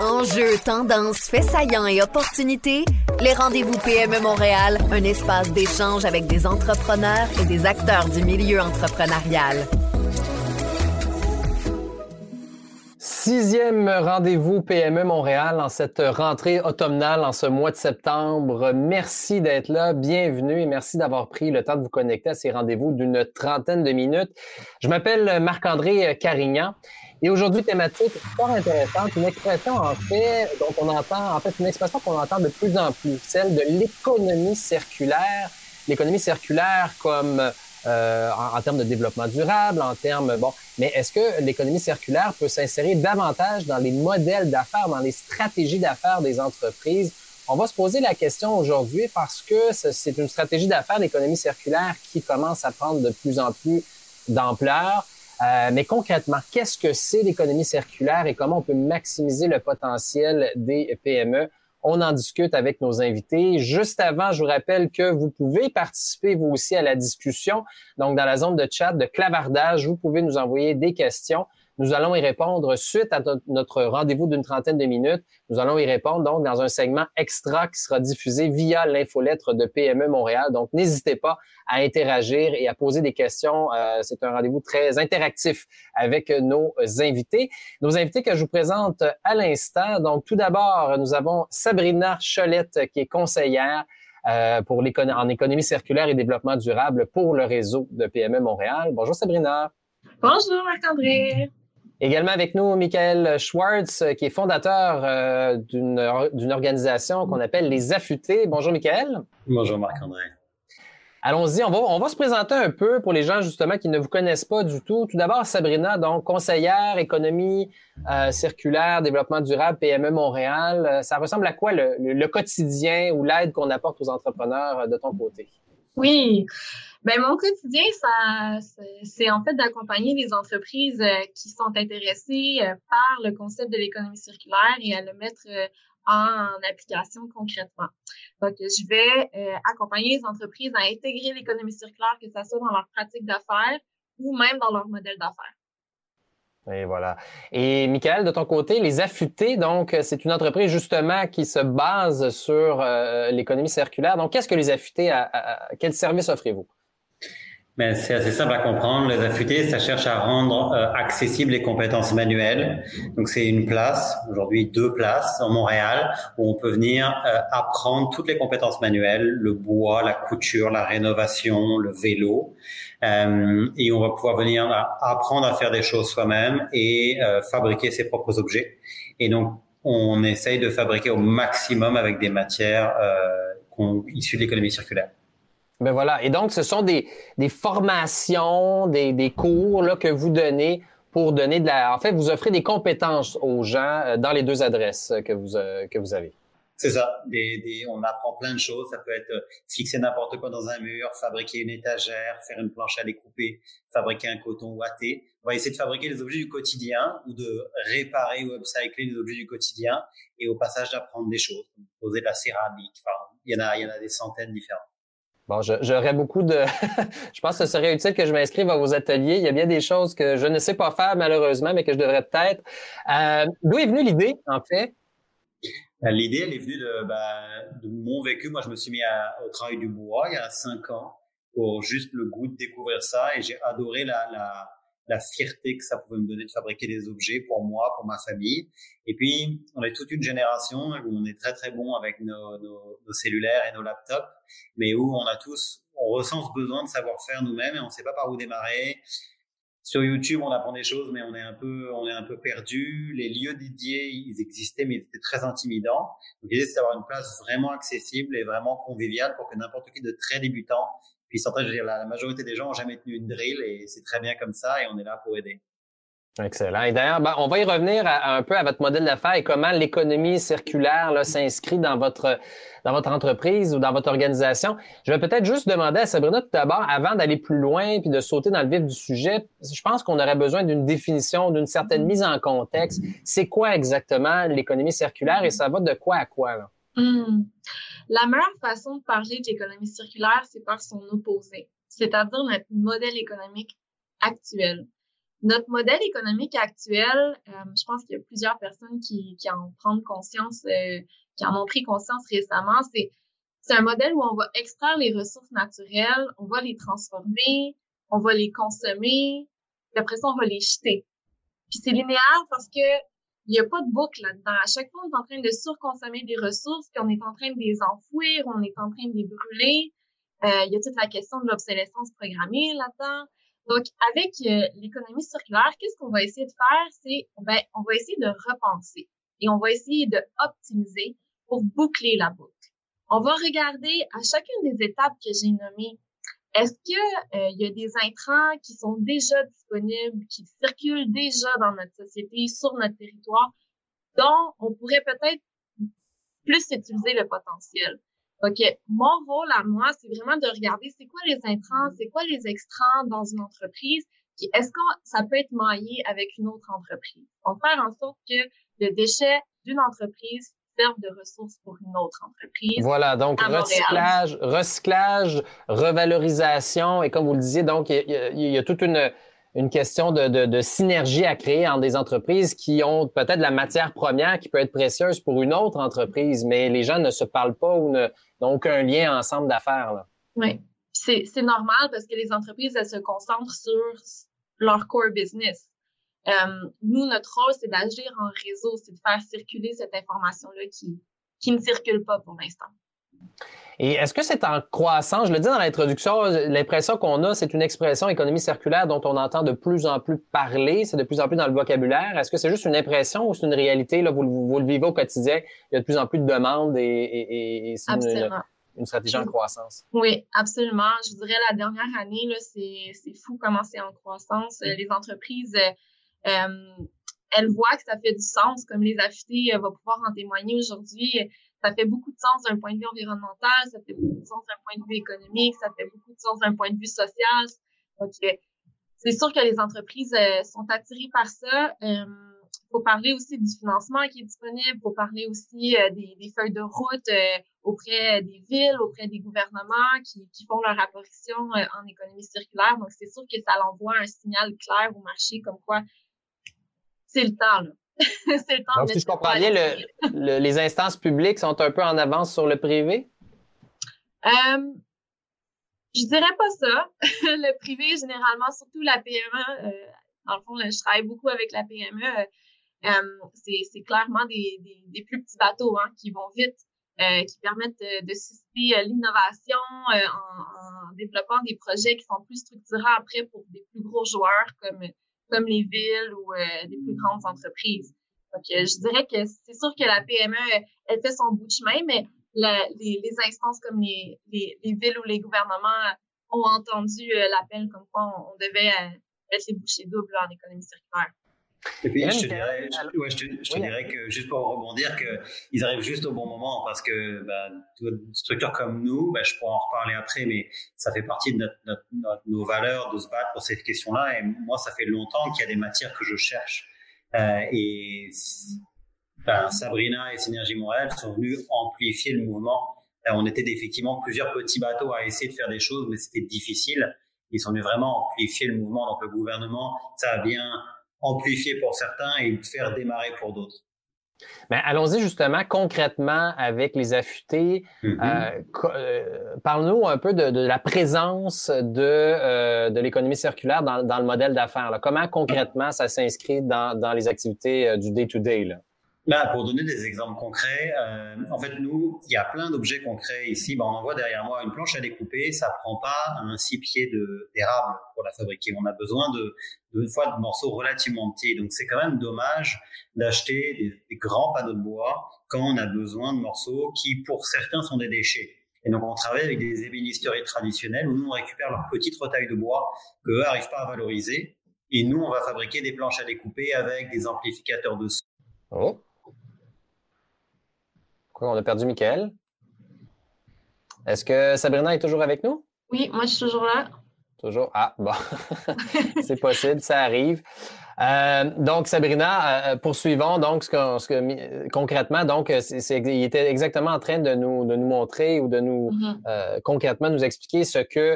Enjeux, tendances, faits saillants et opportunités, les rendez-vous PME Montréal, un espace d'échange avec des entrepreneurs et des acteurs du milieu entrepreneurial. 6e rendez-vous PME Montréal en cette rentrée automnale en ce mois de septembre. Merci d'être là, bienvenue et merci d'avoir pris le temps de vous connecter à ces rendez-vous d'une trentaine de minutes. Je m'appelle Marc-André Carignan et aujourd'hui, thématique fort intéressante, une expression en fait dont on entend, une expression qu'on entend de plus en plus, celle de l'économie circulaire. L'économie circulaire comme en termes de développement durable, en termes, mais est-ce que l'économie circulaire peut s'insérer davantage dans les modèles d'affaires, dans les stratégies d'affaires des entreprises? On va se poser la question aujourd'hui parce que c'est une stratégie d'affaires, l'économie circulaire, qui commence à prendre de plus en plus d'ampleur. Mais concrètement, qu'est-ce que c'est l'économie circulaire et comment on peut maximiser le potentiel des PME? On en discute avec nos invités. Juste avant, je vous rappelle que vous pouvez participer vous aussi à la discussion. Donc, dans la zone de chat, de clavardage, vous pouvez nous envoyer des questions. Nous allons y répondre suite à notre rendez-vous d'une trentaine de minutes. Nous allons y répondre donc dans un segment extra qui sera diffusé via l'infolettre de PME Montréal. Donc, n'hésitez pas à interagir et à poser des questions. C'est un rendez-vous très interactif avec nos invités. Nos invités que je vous présente à l'instant. Donc, tout d'abord, nous avons Sabrina Cholette qui est conseillère en économie circulaire et développement durable pour le réseau de PME Montréal. Bonjour Sabrina. Bonjour Marc-André. Également avec nous, Michael Schwartz, qui est fondateur d'une organisation qu'on appelle les Affûtés. Bonjour, Michael. Bonjour, Marc-André. Allons-y, on va se présenter un peu pour les gens, justement, qui ne vous connaissent pas du tout. Tout d'abord, Sabrina, donc conseillère, économie circulaire, développement durable, PME Montréal. Ça ressemble à quoi le quotidien ou l'aide qu'on apporte aux entrepreneurs de ton côté? Oui. Ben mon quotidien, c'est en fait d'accompagner les entreprises qui sont intéressées par le concept de l'économie circulaire et à le mettre en application concrètement. Donc, je vais accompagner les entreprises à intégrer l'économie circulaire, que ça soit dans leur pratique d'affaires ou même dans leur modèle d'affaires. Et voilà. Et Michael, de ton côté, les Affûtés, donc, c'est une entreprise justement qui se base sur l'économie circulaire. Donc, qu'est-ce que les Affûtés, quel service offrez-vous? Mais c'est assez simple à comprendre. Les Affûtés, ça cherche à rendre accessibles les compétences manuelles. Donc, c'est une place, aujourd'hui 2 places en Montréal, où on peut venir apprendre toutes les compétences manuelles, le bois, la couture, la rénovation, le vélo. Et on va pouvoir venir apprendre à faire des choses soi-même et fabriquer ses propres objets. Et donc, on essaye de fabriquer au maximum avec des matières issues de l'économie circulaire. Ben voilà. Et donc, ce sont des formations, des cours là, que vous donnez pour donner en fait, vous offrez des compétences aux gens dans les 2 adresses que vous avez. C'est ça. On apprend plein de choses. Ça peut être fixer n'importe quoi dans un mur, fabriquer une étagère, faire une planche à découper, fabriquer un coton ouaté. On va essayer de fabriquer les objets du quotidien ou de réparer ou upcycler les objets du quotidien et au passage d'apprendre des choses, comme poser de la céramique. Enfin, il y en a des centaines différentes. Bon, j'aurais beaucoup de... Je pense que ce serait utile que je m'inscrive à vos ateliers. Il y a bien des choses que je ne sais pas faire, malheureusement, mais que je devrais peut-être. D'où est venue l'idée, en fait? L'idée, elle est venue de mon vécu. Moi, je me suis mis au travail du bois il y a 5 ans pour juste le goût de découvrir ça et j'ai adoré la fierté que ça pouvait me donner de fabriquer des objets pour moi, pour ma famille. Et puis, on est toute une génération où on est très, très bon avec nos cellulaires et nos laptops, mais où on ressent ce besoin de savoir faire nous-mêmes et on ne sait pas par où démarrer. Sur YouTube, on apprend des choses, mais on est un peu perdu. Les lieux dédiés, ils existaient, mais ils étaient très intimidants. Donc, l'idée, c'est d'avoir une place vraiment accessible et vraiment conviviale pour que n'importe qui de très débutant puisse entrer. Je veux dire, la majorité des gens n'ont jamais tenu une drill et c'est très bien comme ça et on est là pour aider. Excellent. Et d'ailleurs, on va y revenir un peu à votre modèle d'affaires et comment l'économie circulaire là, s'inscrit dans votre entreprise ou dans votre organisation. Je vais peut-être juste demander à Sabrina tout d'abord, avant d'aller plus loin puis de sauter dans le vif du sujet, je pense qu'on aurait besoin d'une définition, d'une certaine mise en contexte. C'est quoi exactement l'économie circulaire et ça va de quoi à quoi, là? La meilleure façon de parler de l'économie circulaire, c'est par son opposé, c'est-à-dire notre modèle économique actuel. Notre modèle économique actuel, je pense qu'il y a plusieurs personnes qui en prennent conscience, qui en ont pris conscience récemment, c'est un modèle où on va extraire les ressources naturelles, on va les transformer, on va les consommer, puis après ça, on va les jeter. Puis c'est linéaire parce que il n'y a pas de boucle là-dedans. À chaque fois, on est en train de surconsommer des ressources, puis on est en train de les enfouir, on est en train de les brûler. Il y a toute la question de l'obsolescence programmée là-dedans. Donc, avec l'économie circulaire, qu'est-ce qu'on va essayer de faire? C'est, on va essayer de repenser et on va essayer de optimiser pour boucler la boucle. On va regarder à chacune des étapes que j'ai nommées. Est-ce que il y a des intrants qui sont déjà disponibles, qui circulent déjà dans notre société, sur notre territoire, dont on pourrait peut-être plus utiliser le potentiel? Donc, mon rôle à moi, c'est vraiment de regarder c'est quoi les intrants, c'est quoi les extrants dans une entreprise, puis est-ce que ça peut être maillé avec une autre entreprise? Donc, faire en sorte que le déchet d'une entreprise serve de ressources pour une autre entreprise. Voilà, donc recyclage, revalorisation, et comme vous le disiez, donc il y a toute une question de synergie à créer entre des entreprises qui ont peut-être la matière première qui peut être précieuse pour une autre entreprise, mais les gens ne se parlent pas ou n'ont aucun lien ensemble d'affaires, là. Oui, c'est normal parce que les entreprises, elles se concentrent sur leur core business. Nous, notre rôle, c'est d'agir en réseau, c'est de faire circuler cette information-là qui ne circule pas pour l'instant. Et est-ce que c'est en croissance? Je le dis dans l'introduction, l'impression qu'on a, c'est une expression économie circulaire dont on entend de plus en plus parler, c'est de plus en plus dans le vocabulaire. Est-ce que c'est juste une impression ou c'est une réalité? Là, vous le vivez au quotidien, il y a de plus en plus de demandes et c'est une stratégie en croissance. Oui, absolument. Je dirais la dernière année, là, c'est fou comment c'est en croissance. Les entreprises, elles voient que ça fait du sens, comme les affûtés va pouvoir en témoigner aujourd'hui. Ça fait beaucoup de sens d'un point de vue environnemental, ça fait beaucoup de sens d'un point de vue économique, ça fait beaucoup de sens d'un point de vue social. Donc, c'est sûr que les entreprises sont attirées par ça. Faut parler aussi du financement qui est disponible, faut parler aussi des feuilles de route auprès des villes, auprès des gouvernements qui font leur apparition en économie circulaire. Donc, c'est sûr que ça l'envoie un signal clair au marché comme quoi c'est le temps, là. C'est le temps. Donc, si je comprends bien, les instances publiques sont un peu en avance sur le privé? Je dirais pas ça. Le privé, généralement, surtout la PME, dans le fond, là, je travaille beaucoup avec la PME. C'est clairement des plus petits bateaux qui vont vite, qui permettent de susciter l'innovation en développant des projets qui sont plus structurants après pour des plus gros joueurs comme les villes ou des plus grandes entreprises. Donc, je dirais que c'est sûr que la PME, elle fait son bout de chemin, mais les instances comme les villes ou les gouvernements ont entendu l'appel comme quoi on devait mettre les bouchées doubles en économie circulaire. Et puis, je te dirais que, juste pour rebondir, qu'ils arrivent juste au bon moment parce que une structure comme nous, je pourrais en reparler après, mais ça fait partie de nos valeurs de se battre pour cette question-là. Et moi, ça fait longtemps qu'il y a des matières que je cherche. Et Sabrina et Synergie Montréal sont venus amplifier le mouvement. On était effectivement plusieurs petits bateaux à essayer de faire des choses, mais c'était difficile. Ils sont venus vraiment amplifier le mouvement. Donc, le gouvernement, ça a bien amplifier pour certains et faire démarrer pour d'autres. Mais allons-y justement concrètement avec les affûtés. Parle-nous un peu de la présence de l'économie circulaire dans le modèle d'affaires. Là. Comment concrètement ça s'inscrit dans les activités du day-to-day? Là, pour donner des exemples concrets, en fait, nous, il y a plein d'objets concrets ici. On en voit derrière moi une planche à découper. Ça prend pas un 6 pieds d'érable pour la fabriquer. On a besoin de morceaux relativement petits. Donc, c'est quand même dommage d'acheter des grands panneaux de bois quand on a besoin de morceaux qui, pour certains, sont des déchets. Et donc, on travaille avec des ébénisteries traditionnelles où nous, on récupère leurs petites retailles de bois qu'eux n'arrivent pas à valoriser. Et nous, on va fabriquer des planches à découper avec des amplificateurs de son. Oh. On a perdu Michael. Est-ce que Sabrina est toujours avec nous? Oui, moi, je suis toujours là. Toujours. Ah, bon. C'est possible, ça arrive. Donc, Sabrina, poursuivons. Donc, concrètement, donc, il était exactement en train de nous montrer ou de nous concrètement nous expliquer ce que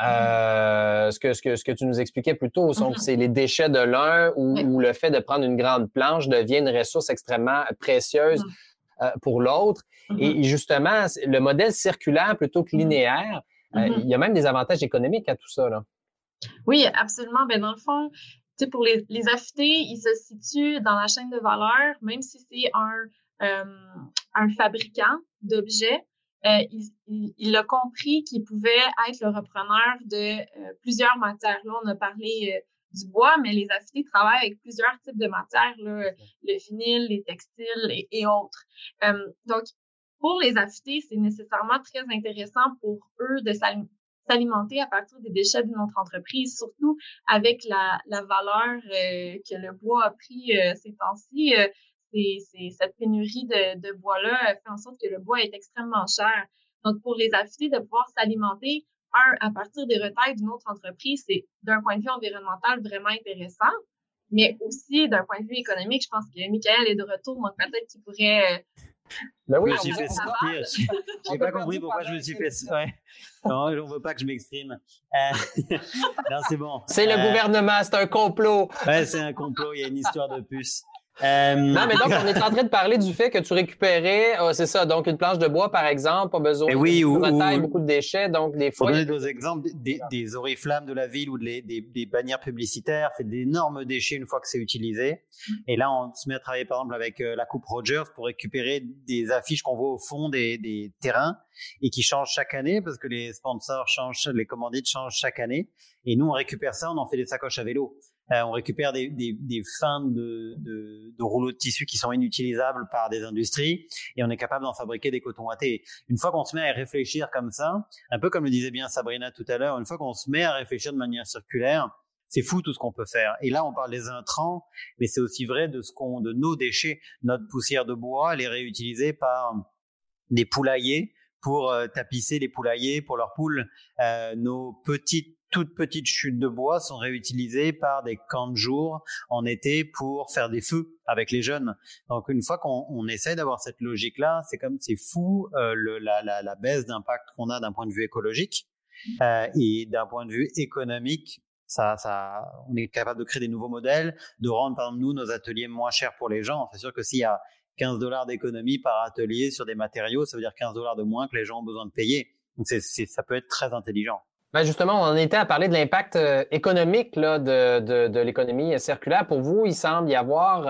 tu nous expliquais plus tôt. Donc, c'est les déchets de l'un ou le fait de prendre une grande planche devient une ressource extrêmement précieuse pour l'autre. Et justement, le modèle circulaire plutôt que linéaire, il y a même des avantages économiques à tout ça, là. Oui, absolument. Ben, dans le fond, tu sais, pour les affûtés, ils se situent dans la chaîne de valeur, même si c'est un fabricant d'objets. Il a compris qu'il pouvait être le repreneur de plusieurs matières. Là, on a parlé du bois, mais les affûtés travaillent avec plusieurs types de matières, là, le vinyle, les textiles et autres. Donc, pour les affûtés, c'est nécessairement très intéressant pour eux de s'alimenter à partir des déchets d'une autre entreprise, surtout avec la valeur que le bois a pris ces temps-ci. C'est cette pénurie de bois-là fait en sorte que le bois est extrêmement cher. Donc, pour les affûtés, de pouvoir s'alimenter, à partir des retailles d'une autre entreprise, c'est d'un point de vue environnemental vraiment intéressant, mais aussi d'un point de vue économique. Je pense que Michael est de retour, donc peut-être qu'il pourrait... Ben oui, je me suis fait sortir. J'ai pas compris pourquoi je me suis fait. Ouais. Non, on veut pas que je m'exprime. Non, c'est bon. C'est le gouvernement, c'est un complot. Ouais, c'est un complot. Il y a une histoire de puce. Non, mais donc, on est en train de parler du fait que tu récupérais, c'est ça, donc une planche de bois, par exemple, pas besoin de beaucoup de déchets, donc des fois... Pour donner d'autres exemples, des oriflammes de la ville ou des bannières publicitaires, c'est d'énormes déchets une fois que c'est utilisé. Et là, on se met à travailler, par exemple, avec la Coupe Rogers pour récupérer des affiches qu'on voit au fond des terrains et qui changent chaque année parce que les sponsors changent, les commandites changent chaque année. Et nous, on récupère ça, on en fait des sacoches à vélo. On récupère des fins de rouleaux de tissu qui sont inutilisables par des industries et on est capable d'en fabriquer des cotons wattés. Une fois qu'on se met à réfléchir comme ça, un peu comme le disait bien Sabrina tout à l'heure, une fois qu'on se met à réfléchir de manière circulaire, c'est fou tout ce qu'on peut faire. Et là, on parle des intrants, mais c'est aussi vrai de nos déchets. Notre poussière de bois, elle est réutilisée par des poulaillers pour tapisser les poulaillers pour leurs poules. Nos toutes petites chutes de bois sont réutilisées par des camps de jour en été pour faire des feux avec les jeunes. Donc, une fois qu'on essaie d'avoir cette logique-là, c'est fou la baisse d'impact qu'on a d'un point de vue écologique et d'un point de vue économique. On est capable de créer des nouveaux modèles, de rendre, par exemple, nous, nos ateliers moins chers pour les gens. C'est sûr que s'il y a $15 d'économie par atelier sur des matériaux, ça veut dire $15 de moins que les gens ont besoin de payer. Donc, ça peut être très intelligent. Ben justement, on en était à parler de l'impact économique là, de l'économie circulaire. Pour vous, il semble y avoir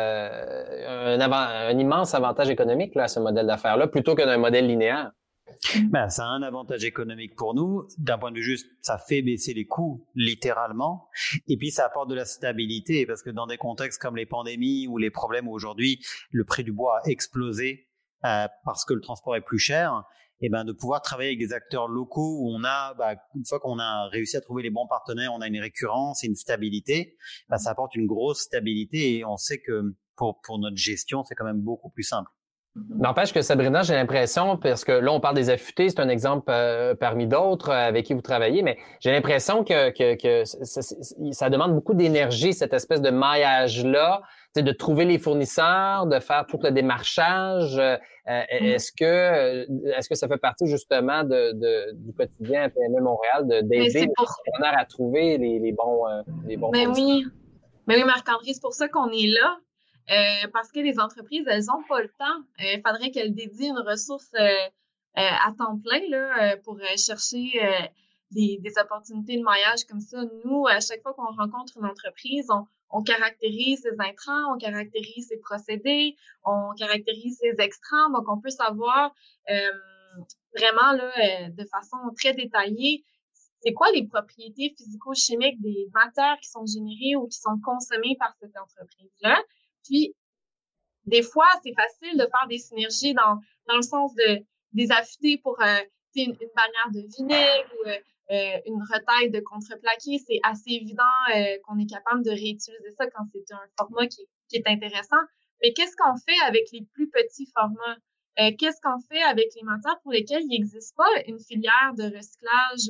un immense avantage économique là, à ce modèle d'affaires-là, plutôt que d'un modèle linéaire. Ben, ça a un avantage économique pour nous. D'un point de vue juste, ça fait baisser les coûts, littéralement. Et puis, ça apporte de la stabilité, parce que dans des contextes comme les pandémies ou les problèmes où aujourd'hui, le prix du bois a explosé parce que le transport est plus cher, et ben de pouvoir travailler avec des acteurs locaux où on a, une fois qu'on a réussi à trouver les bons partenaires, on a une récurrence et une stabilité, ça apporte une grosse stabilité et on sait que pour notre gestion, c'est quand même beaucoup plus simple. N'empêche que Sabrina, j'ai l'impression, parce que là, on parle des affûtés, c'est un exemple parmi d'autres avec qui vous travaillez, mais j'ai l'impression que ça demande beaucoup d'énergie, cette espèce de maillage-là, de trouver les fournisseurs, de faire tout le démarchage. Est-ce que ça fait partie justement du quotidien à PME Montréal d'aider les entrepreneurs à trouver les bons fournisseurs? Mais oui, Marc-André, c'est pour ça qu'on est là. Parce que les entreprises, elles n'ont pas le temps. Il faudrait qu'elles dédient une ressource à temps plein là, pour chercher des opportunités de maillage comme ça. Nous, à chaque fois qu'on rencontre une entreprise, on caractérise ses intrants, on caractérise ses procédés, on caractérise ses extrants. Donc, on peut savoir vraiment là, de façon très détaillée c'est quoi les propriétés physico-chimiques des matières qui sont générées ou qui sont consommées par cette entreprise-là. Puis, des fois, c'est facile de faire des synergies dans le sens des affûtés pour une bannière de vinyle ou une retaille de contreplaqué. C'est assez évident qu'on est capable de réutiliser ça quand c'est un format qui est intéressant. Mais qu'est-ce qu'on fait avec les plus petits formats? Qu'est-ce qu'on fait avec les matières pour lesquelles il n'existe pas une filière de recyclage ou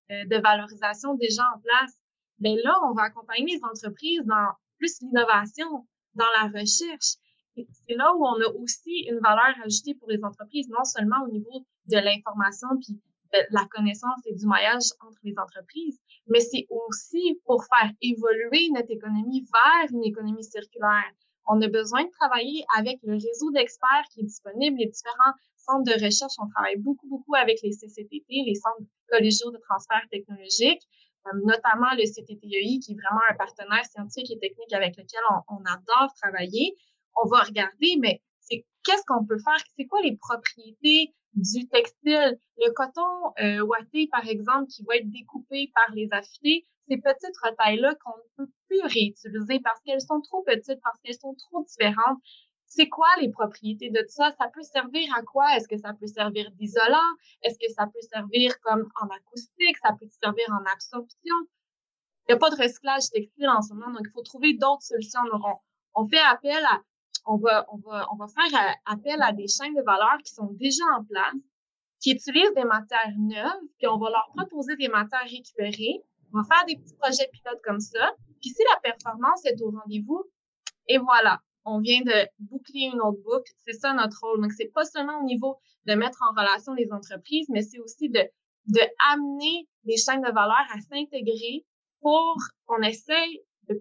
de valorisation déjà en place. Ben là, on va accompagner les entreprises dans plus l'innovation, dans la recherche. Et c'est là où on a aussi une valeur ajoutée pour les entreprises, non seulement au niveau de l'information puis de la connaissance et du maillage entre les entreprises, mais c'est aussi pour faire évoluer notre économie vers une économie circulaire. On a besoin de travailler avec le réseau d'experts qui est disponible, les différents centres de recherche. On travaille beaucoup avec les CCTT, les centres collégiaux de transfert technologique, notamment le CTTEI, qui est vraiment un partenaire scientifique et technique avec lequel on adore travailler. On va regarder, mais qu'est-ce qu'on peut faire? C'est quoi les propriétés du textile? Le coton ouaté, par exemple, qui va être découpé par les affûtés, ces petites retailles-là qu'on ne peut plus réutiliser parce qu'elles sont trop petites, parce qu'elles sont trop différentes. C'est quoi les propriétés de ça? Ça peut servir à quoi? Est-ce que ça peut servir d'isolant? Est-ce que ça peut servir comme en acoustique? Ça peut servir en absorption? Il n'y a pas de recyclage textile en ce moment, donc il faut trouver d'autres solutions. Donc, on fait appel à, on va faire appel à des chaînes de valeur qui sont déjà en place, qui utilisent des matières neuves, puis on va leur proposer des matières récupérées. On va faire des petits projets pilotes comme ça. Puis si la performance est au rendez-vous, et voilà, on vient de boucler une autre boucle. C'est ça notre rôle. Donc, c'est pas seulement au niveau de mettre en relation les entreprises, mais c'est aussi de amener les chaînes de valeur à s'intégrer pour qu'on essaye de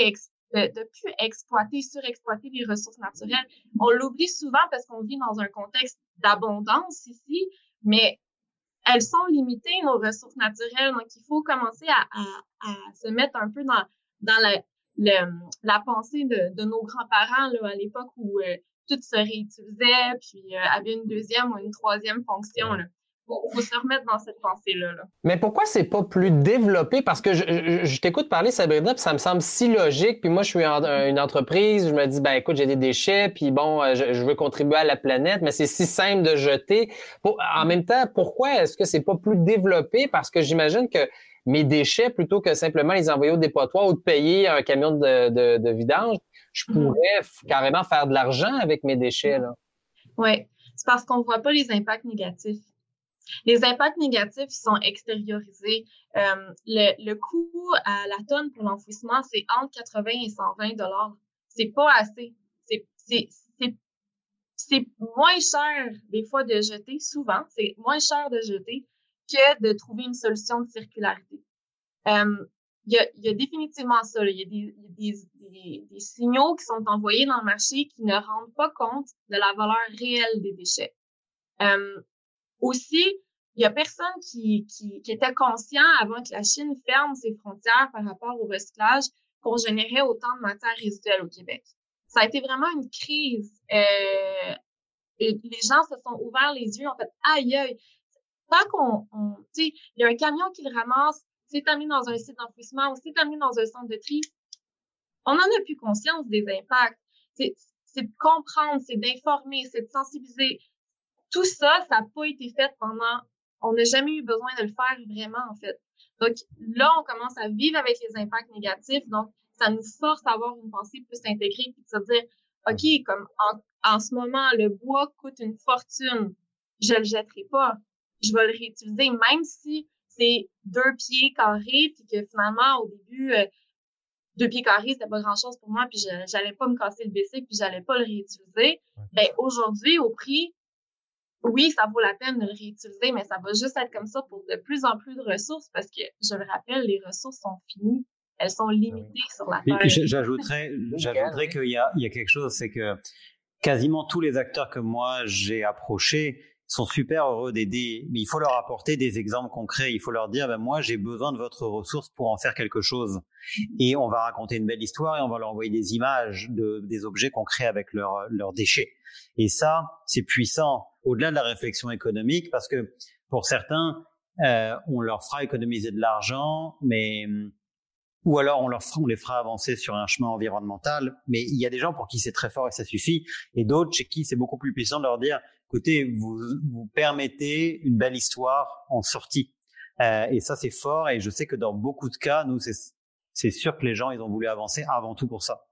plus surexploiter les ressources naturelles. On l'oublie souvent parce qu'on vit dans un contexte d'abondance ici, mais elles sont limitées, nos ressources naturelles. Donc, il faut commencer à se mettre un peu dans la pensée de nos grands-parents là, à l'époque où tout se réutilisait, puis avait une deuxième ou une troisième fonction. Là. Faut se remettre dans cette pensée-là. Là. Mais pourquoi c'est pas plus développé? Parce que je t'écoute parler, Sabrina, puis ça me semble si logique. Puis moi, je suis une entreprise, je me dis, ben écoute, j'ai des déchets, puis bon, je veux contribuer à la planète, mais c'est si simple de jeter. En même temps, pourquoi est-ce que c'est pas plus développé? Parce que j'imagine que mes déchets, plutôt que simplement les envoyer au dépotoir ou de payer un camion de vidange, je pourrais carrément faire de l'argent avec mes déchets. Là. Oui, c'est parce qu'on voit pas les impacts négatifs. Les impacts négatifs sont extériorisés. Le coût à la tonne pour l'enfouissement, c'est entre 80 et 120 $. C'est pas assez. C'est moins cher des fois de jeter, souvent, c'est moins cher de jeter que de trouver une solution de circularité. Il y a définitivement ça. Là. Il y a des signaux qui sont envoyés dans le marché qui ne rendent pas compte de la valeur réelle des déchets. Aussi, il y a personne qui était conscient avant que la Chine ferme ses frontières par rapport au recyclage qu'on générait autant de matières résiduelles au Québec. Ça a été vraiment une crise. Et les gens se sont ouverts les yeux, en fait, aïe. Tant tu sais, il y a un camion qui le ramasse, c'est amené dans un site d'enfouissement ou c'est amené dans un centre de tri, on n'en a plus conscience des impacts. C'est de comprendre, c'est d'informer, c'est de sensibiliser. Tout ça, ça n'a pas été fait on n'a jamais eu besoin de le faire vraiment, en fait. Donc, là, on commence à vivre avec les impacts négatifs. Donc, ça nous force à avoir une pensée plus intégrée puis de se dire, OK, comme en ce moment, le bois coûte une fortune. Je le jetterai pas. Je vais le réutiliser, même si c'est 2 pieds carrés puis que finalement, au début, 2 pieds carrés, c'était pas grand-chose pour moi puis j'allais pas me casser le bicycle puis j'allais pas le réutiliser. Ben, aujourd'hui, au prix, oui, ça vaut la peine de le réutiliser, mais ça va juste être comme ça pour de plus en plus de ressources parce que, je le rappelle, les ressources sont finies. Elles sont limitées sur la Terre. J'ajouterais qu'il y a quelque chose, c'est que quasiment tous les acteurs que moi j'ai approchés sont super heureux d'aider, mais il faut leur apporter des exemples concrets. Il faut leur dire, ben moi, j'ai besoin de votre ressource pour en faire quelque chose. Et on va raconter une belle histoire et on va leur envoyer des images des objets qu'on crée avec leurs déchets. Et ça, c'est puissant au-delà de la réflexion économique parce que pour certains, on leur fera économiser de l'argent, mais ou alors on les fera avancer sur un chemin environnemental. Mais il y a des gens pour qui c'est très fort et ça suffit, et d'autres chez qui c'est beaucoup plus puissant de leur dire, écoutez, vous permettez une belle histoire en sortie. Et ça, c'est fort. Et je sais que dans beaucoup de cas, nous, c'est sûr que les gens, ils ont voulu avancer avant tout pour ça.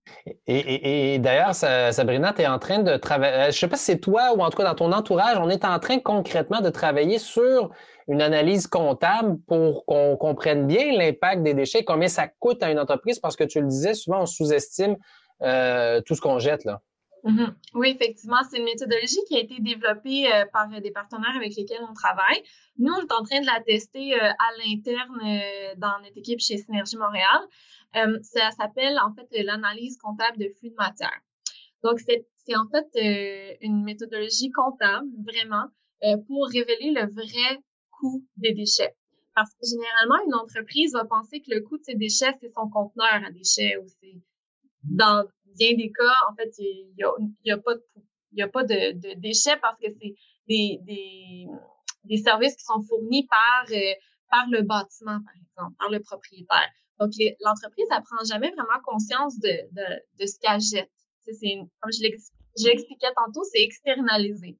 Et d'ailleurs, Sabrina, tu es en train de travailler, je ne sais pas si c'est toi ou en tout cas dans ton entourage, on est en train concrètement de travailler sur une analyse comptable pour qu'on comprenne bien l'impact des déchets, combien ça coûte à une entreprise, parce que tu le disais, souvent on sous-estime tout ce qu'on jette, là. Mm-hmm. Oui, effectivement, c'est une méthodologie qui a été développée par des partenaires avec lesquels on travaille. Nous, on est en train de la tester à l'interne dans notre équipe chez Synergie Montréal. Ça s'appelle en fait l'analyse comptable de flux de matière. Donc, c'est en fait une méthodologie comptable, vraiment, pour révéler le vrai coût des déchets. Parce que généralement, une entreprise va penser que le coût de ses déchets, c'est son conteneur à déchets ou c'est dans bien des cas, en fait, il y a pas de déchets parce que c'est des services qui sont fournis par le bâtiment, par exemple, par le propriétaire. Donc, l'entreprise, elle prend jamais vraiment conscience de ce qu'elle jette. Comme je l'expliquais tantôt, c'est externalisé.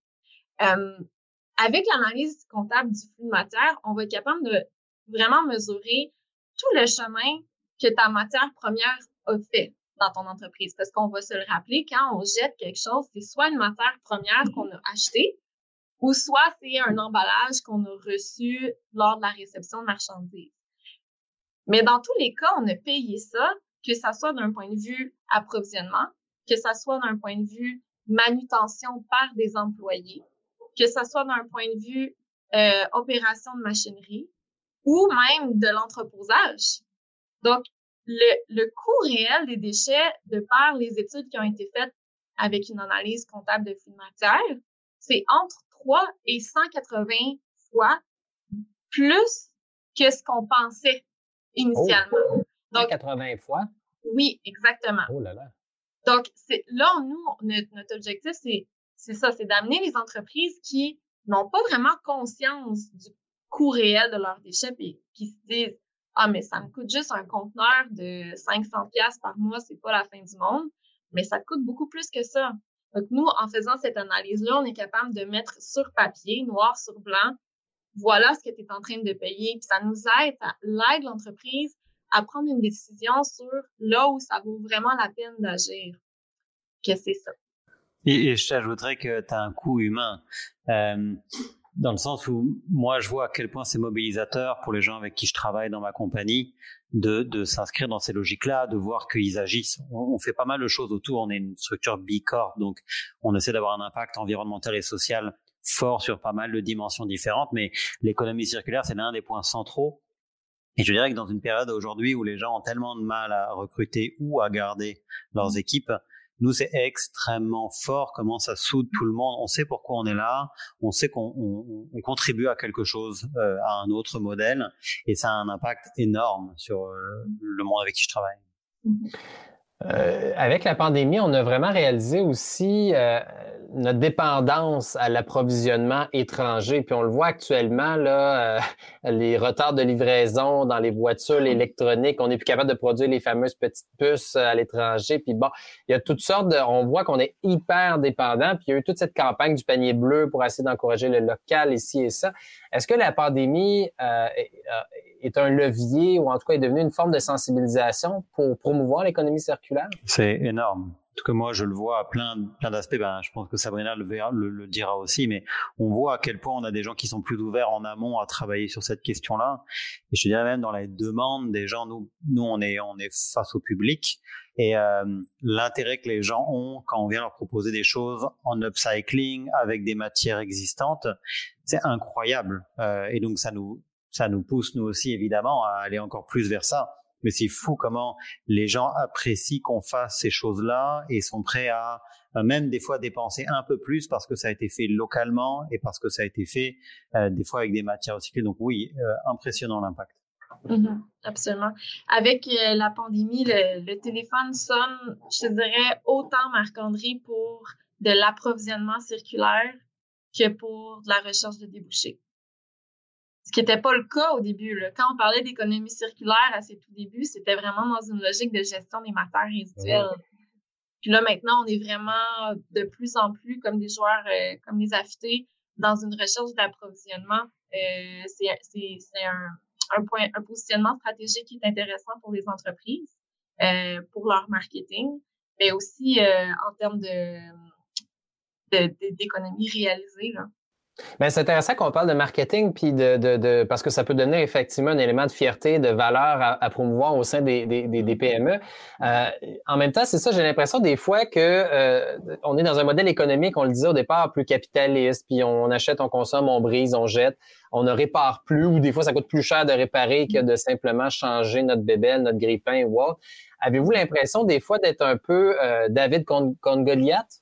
Avec l'analyse comptable du flux de matière, on va être capable de vraiment mesurer tout le chemin que ta matière première a fait dans ton entreprise. Parce qu'on va se le rappeler, quand on jette quelque chose, c'est soit une matière première qu'on a achetée, ou soit c'est un emballage qu'on a reçu lors de la réception de marchandises. Mais dans tous les cas, on a payé ça, que ça soit d'un point de vue approvisionnement, que ça soit d'un point de vue manutention par des employés, que ça soit d'un point de vue opération de machinerie ou même de l'entreposage. Donc, le coût réel des déchets, de par les études qui ont été faites avec une analyse comptable de flux de matière, c'est entre 3 et 180 fois plus que ce qu'on pensait initialement. Oh, donc 180 fois? Oui, exactement. Oh là là. Donc, là, nous, notre objectif, c'est ça, c'est d'amener les entreprises qui n'ont pas vraiment conscience du coût réel de leurs déchets puis qui se disent « Ah, mais ça me coûte juste un conteneur de 500$ par mois, c'est pas la fin du monde. » Mais ça coûte beaucoup plus que ça. Donc, nous, en faisant cette analyse-là, on est capable de mettre sur papier, noir sur blanc, voilà ce que tu es en train de payer. Puis ça nous aide, ça aide l'entreprise à prendre une décision sur là où ça vaut vraiment la peine d'agir. Que c'est ça. Et je t'ajouterais que tu as un coût humain. Dans le sens où moi je vois à quel point c'est mobilisateur pour les gens avec qui je travaille dans ma compagnie de s'inscrire dans ces logiques-là, de voir qu'ils agissent. On fait pas mal de choses autour, on est une structure B Corp, donc on essaie d'avoir un impact environnemental et social fort sur pas mal de dimensions différentes, mais l'économie circulaire, c'est l'un des points centraux. Et je dirais que dans une période aujourd'hui où les gens ont tellement de mal à recruter ou à garder leurs équipes, nous, c'est extrêmement fort comment ça soude tout le monde. On sait pourquoi on est là, on sait qu'on contribue à quelque chose, à un autre modèle, et ça a un impact énorme sur le monde avec qui je travaille. Avec la pandémie, on a vraiment réalisé aussi notre dépendance à l'approvisionnement étranger. Puis on le voit actuellement, là, les retards de livraison dans les voitures électroniques. On n'est plus capable de produire les fameuses petites puces à l'étranger. Puis bon, il y a toutes sortes de... On voit qu'on est hyper dépendant. Puis il y a eu toute cette campagne du panier bleu pour essayer d'encourager le local ici et ça. Est-ce que la pandémie est un levier ou en tout cas est devenue une forme de sensibilisation pour promouvoir l'économie circulaire? C'est énorme. En tout cas, moi, je le vois à plein d'aspects. Je pense que Sabrina le dira aussi, mais on voit à quel point on a des gens qui sont plus ouverts en amont à travailler sur cette question-là. Et je dirais même dans les demandes des gens, nous, on est face au public. Et l'intérêt que les gens ont quand on vient leur proposer des choses en upcycling avec des matières existantes, c'est incroyable. Et donc, ça nous pousse, nous aussi, évidemment, à aller encore plus vers ça. Mais c'est fou comment les gens apprécient qu'on fasse ces choses-là et sont prêts à même des fois dépenser un peu plus parce que ça a été fait localement et parce que ça a été fait des fois avec des matières recyclées. Donc oui, impressionnant l'impact. Mm-hmm, absolument. Avec la pandémie, le téléphone sonne, je te dirais, autant, Marc-André, pour de l'approvisionnement circulaire que pour de la recherche de débouchés. Ce qui n'était pas le cas au début. Là. Quand on parlait d'économie circulaire à ses tout débuts, c'était vraiment dans une logique de gestion des matières résiduelles. Puis là, maintenant, on est vraiment de plus en plus comme des joueurs, comme les affûtés, dans une recherche d'approvisionnement. C'est un positionnement stratégique qui est intéressant pour les entreprises, pour leur marketing. mais aussi en termes d'économie réalisée, là. Ben, c'est intéressant qu'on parle de marketing puis parce que ça peut donner effectivement un élément de fierté, de valeur à promouvoir au sein des PME. En même temps, c'est ça, j'ai l'impression des fois que on est dans un modèle économique, on le disait au départ, plus capitaliste, puis on achète, on consomme, on brise, on jette, on ne répare plus, ou des fois ça coûte plus cher de réparer que de simplement changer notre bébelle, notre grille-pain ou autre. Avez-vous l'impression des fois d'être un peu David contre Goliath?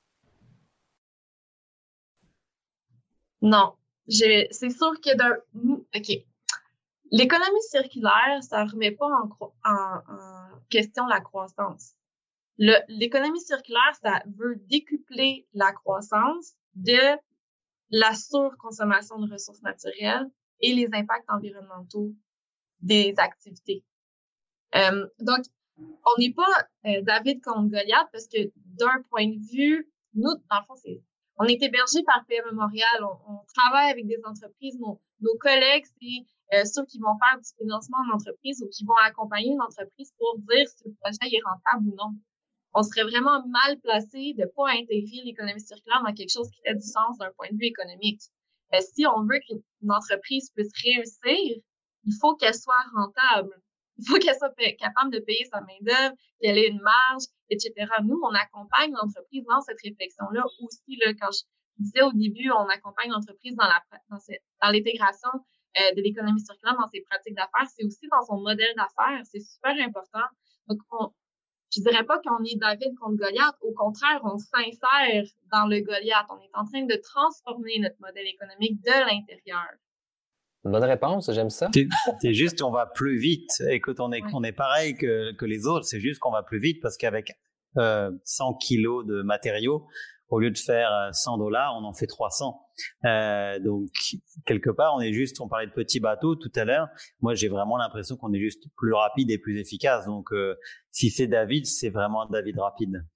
Non. C'est sûr que OK. L'économie circulaire, ça ne remet pas en question la croissance. L'économie circulaire, ça veut décupler la croissance de la surconsommation de ressources naturelles et les impacts environnementaux des activités. Donc, on n'est pas David contre Goliath parce que d'un point de vue, nous, dans le fond, on est hébergé par PME Montréal, on travaille avec des entreprises, nos collègues, c'est ceux qui vont faire du financement en entreprise ou qui vont accompagner une entreprise pour dire si le projet est rentable ou non. On serait vraiment mal placé de pas intégrer l'économie circulaire dans quelque chose qui fait du sens d'un point de vue économique. Si on veut qu'une entreprise puisse réussir, il faut qu'elle soit rentable. Il faut qu'elle soit capable de payer sa main-d'œuvre, qu'elle ait une marge, etc. Nous, on accompagne l'entreprise dans cette réflexion-là aussi. Là, quand je disais au début, on accompagne l'entreprise dans l'intégration de l'économie circulaire dans ses pratiques d'affaires. C'est aussi dans son modèle d'affaires. C'est super important. Donc, je dirais pas qu'on est David contre Goliath. Au contraire, on s'insère dans le Goliath. On est en train de transformer notre modèle économique de l'intérieur. Une bonne réponse, j'aime ça. C'est juste qu'on va plus vite. Écoute, on est pareil que les autres. C'est juste qu'on va plus vite parce qu'avec 100 kilos de matériaux, au lieu de faire $100, on en fait 300. Donc, quelque part, on parlait de petits bateaux tout à l'heure. Moi, j'ai vraiment l'impression qu'on est juste plus rapide et plus efficace. Donc, si c'est David, c'est vraiment David rapide.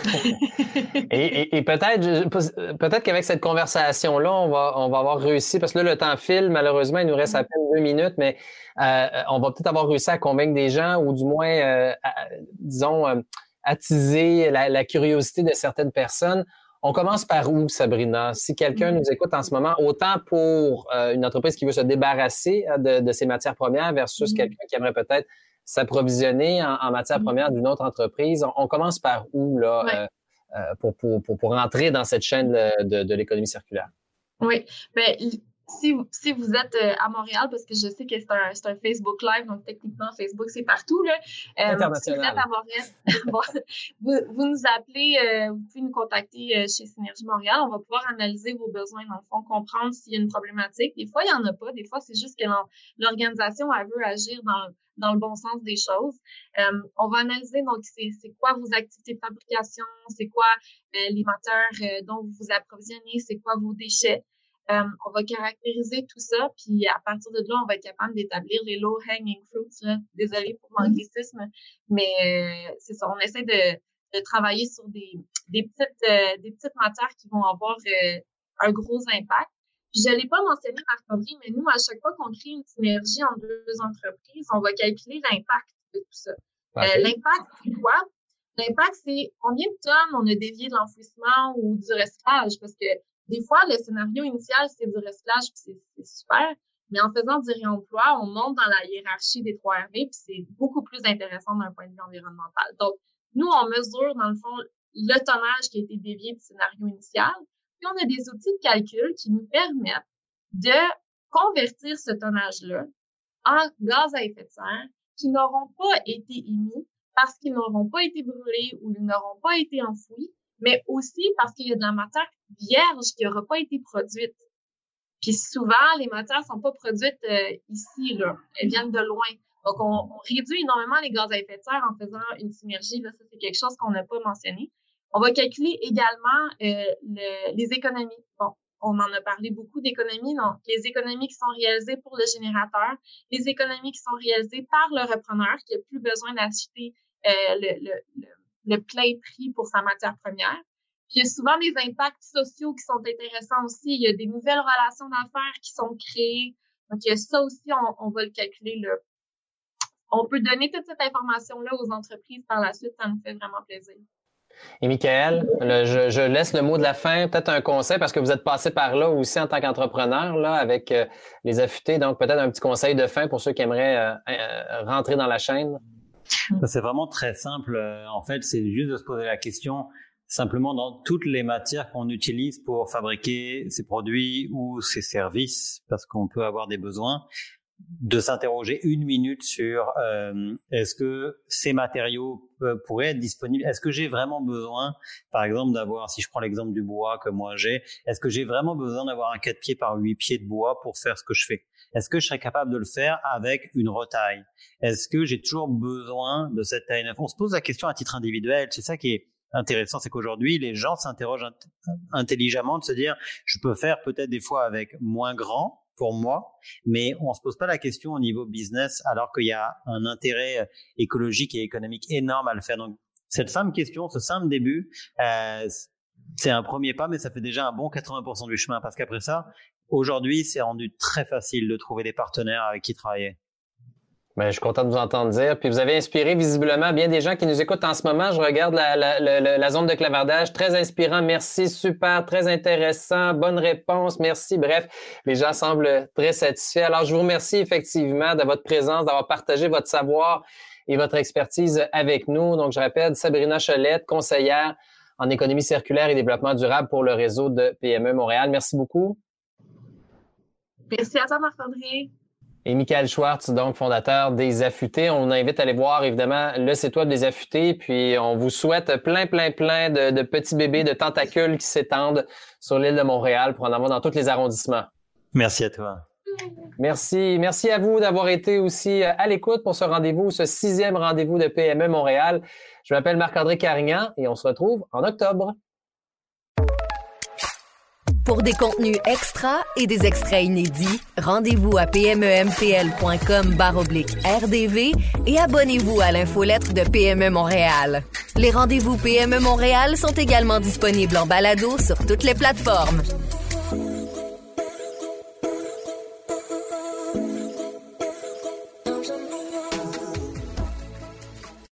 et peut-être qu'avec cette conversation-là, on va avoir réussi, parce que là, le temps file, malheureusement, il nous reste à peine 2 minutes, mais on va peut-être avoir réussi à convaincre des gens, ou du moins, attiser la curiosité de certaines personnes. On commence par où, Sabrina? Si quelqu'un nous écoute en ce moment, autant pour une entreprise qui veut se débarrasser de ses matières premières versus quelqu'un qui aimerait peut-être s'approvisionner en matières premières d'une autre entreprise, on commence par où là pour rentrer dans cette chaîne de l'économie circulaire? Oui, ben si vous êtes à Montréal, parce que je sais que c'est un Facebook Live, donc techniquement Facebook c'est partout là. Si vous êtes à Montréal, vous nous appelez, vous pouvez nous contacter chez Synergie Montréal. On va pouvoir analyser vos besoins dans le fond, comprendre s'il y a une problématique. Des fois il y en a pas, des fois c'est juste que l'organisation elle veut agir dans le bon sens des choses. On va analyser donc c'est quoi vos activités de fabrication, c'est quoi les matières dont vous vous approvisionnez, c'est quoi vos déchets. On va caractériser tout ça, puis à partir de là, on va être capable d'établir les low-hanging fruits. Là. Désolée pour l'anglicisme, mais c'est ça. On essaie de travailler sur des petites matières qui vont avoir un gros impact. Puis je l'ai pas mentionné, Marc-André, mais nous, à chaque fois qu'on crée une synergie entre deux entreprises, on va calculer l'impact de tout ça. Okay. L'impact, c'est quoi? L'impact, c'est combien de tonnes on a dévié de l'enfouissement ou du recyclage, parce que des fois, le scénario initial, c'est du recyclage, puis c'est super. Mais en faisant du réemploi, on monte dans la hiérarchie des 3 RV, puis c'est beaucoup plus intéressant d'un point de vue environnemental. Donc, nous, on mesure, dans le fond, le tonnage qui a été dévié du scénario initial. Puis, on a des outils de calcul qui nous permettent de convertir ce tonnage-là en gaz à effet de serre qui n'auront pas été émis parce qu'ils n'auront pas été brûlés ou ils n'auront pas été enfouis, mais aussi parce qu'il y a de la matière vierge qui n'aura pas été produite. Puis souvent, les matières sont pas produites ici, là. Elles viennent de loin. Donc, on réduit énormément les gaz à effet de serre en faisant une synergie. Là, ça, c'est quelque chose qu'on n'a pas mentionné. On va calculer également les économies. Bon, on en a parlé beaucoup d'économies. Donc, les économies qui sont réalisées pour le générateur, les économies qui sont réalisées par le repreneur qui n'a plus besoin d'acheter le plein prix pour sa matière première. Puis il y a souvent des impacts sociaux qui sont intéressants aussi. Il y a des nouvelles relations d'affaires qui sont créées. Donc, il y a ça aussi, on va le calculer là. On peut donner toute cette information-là aux entreprises par la suite. Ça nous fait vraiment plaisir. Et Michael, je laisse le mot de la fin, peut-être un conseil, parce que vous êtes passé par là aussi en tant qu'entrepreneur, là, avec les affûtés. Donc, peut-être un petit conseil de fin pour ceux qui aimeraient rentrer dans la chaîne. C'est vraiment très simple. En fait, c'est juste de se poser la question, simplement dans toutes les matières qu'on utilise pour fabriquer ces produits ou ces services, parce qu'on peut avoir des besoins, de s'interroger 1 minute sur est-ce que ces matériaux pourraient être disponibles, est-ce que j'ai vraiment besoin, par exemple, d'avoir, si je prends l'exemple du bois que moi j'ai, est-ce que j'ai vraiment besoin d'avoir un 4 pieds par 8 pieds de bois pour faire ce que je fais? Est-ce que je serais capable de le faire avec une retaille? Est-ce que j'ai toujours besoin de cette taille 9? On se pose la question à titre individuel, c'est ça qui est intéressant, c'est qu'aujourd'hui, les gens s'interrogent intelligemment de se dire, je peux faire peut-être des fois avec moins grand, pour moi, mais on se pose pas la question au niveau business alors qu'il y a un intérêt écologique et économique énorme à le faire. Donc, cette simple question, ce simple début, c'est un premier pas, mais ça fait déjà un bon 80% du chemin parce qu'après ça, aujourd'hui, c'est rendu très facile de trouver des partenaires avec qui travailler. Ben, je suis content de vous entendre dire. Puis vous avez inspiré visiblement bien des gens qui nous écoutent en ce moment. Je regarde la zone de clavardage. Très inspirant. Merci. Super. Très intéressant. Bonne réponse. Merci. Bref, les gens semblent très satisfaits. Alors, je vous remercie effectivement de votre présence, d'avoir partagé votre savoir et votre expertise avec nous. Donc, je répète, Sabrina Cholette, conseillère en économie circulaire et développement durable pour le réseau de PME Montréal. Merci beaucoup. Merci à toi, Marc-André. Et Michael Schwartz, donc fondateur des Affûtés. On vous invite à aller voir, évidemment, le site web des Affûtés. Puis, on vous souhaite plein de petits bébés, de tentacules qui s'étendent sur l'île de Montréal pour en avoir dans tous les arrondissements. Merci à toi. Merci. Merci à vous d'avoir été aussi à l'écoute pour ce rendez-vous, ce 6e rendez-vous de PME Montréal. Je m'appelle Marc-André Carignan et on se retrouve en octobre. Pour des contenus extra et des extraits inédits, rendez-vous à pmempl.com/RDV et abonnez-vous à l'infolettre de PME Montréal. Les rendez-vous PME Montréal sont également disponibles en balado sur toutes les plateformes.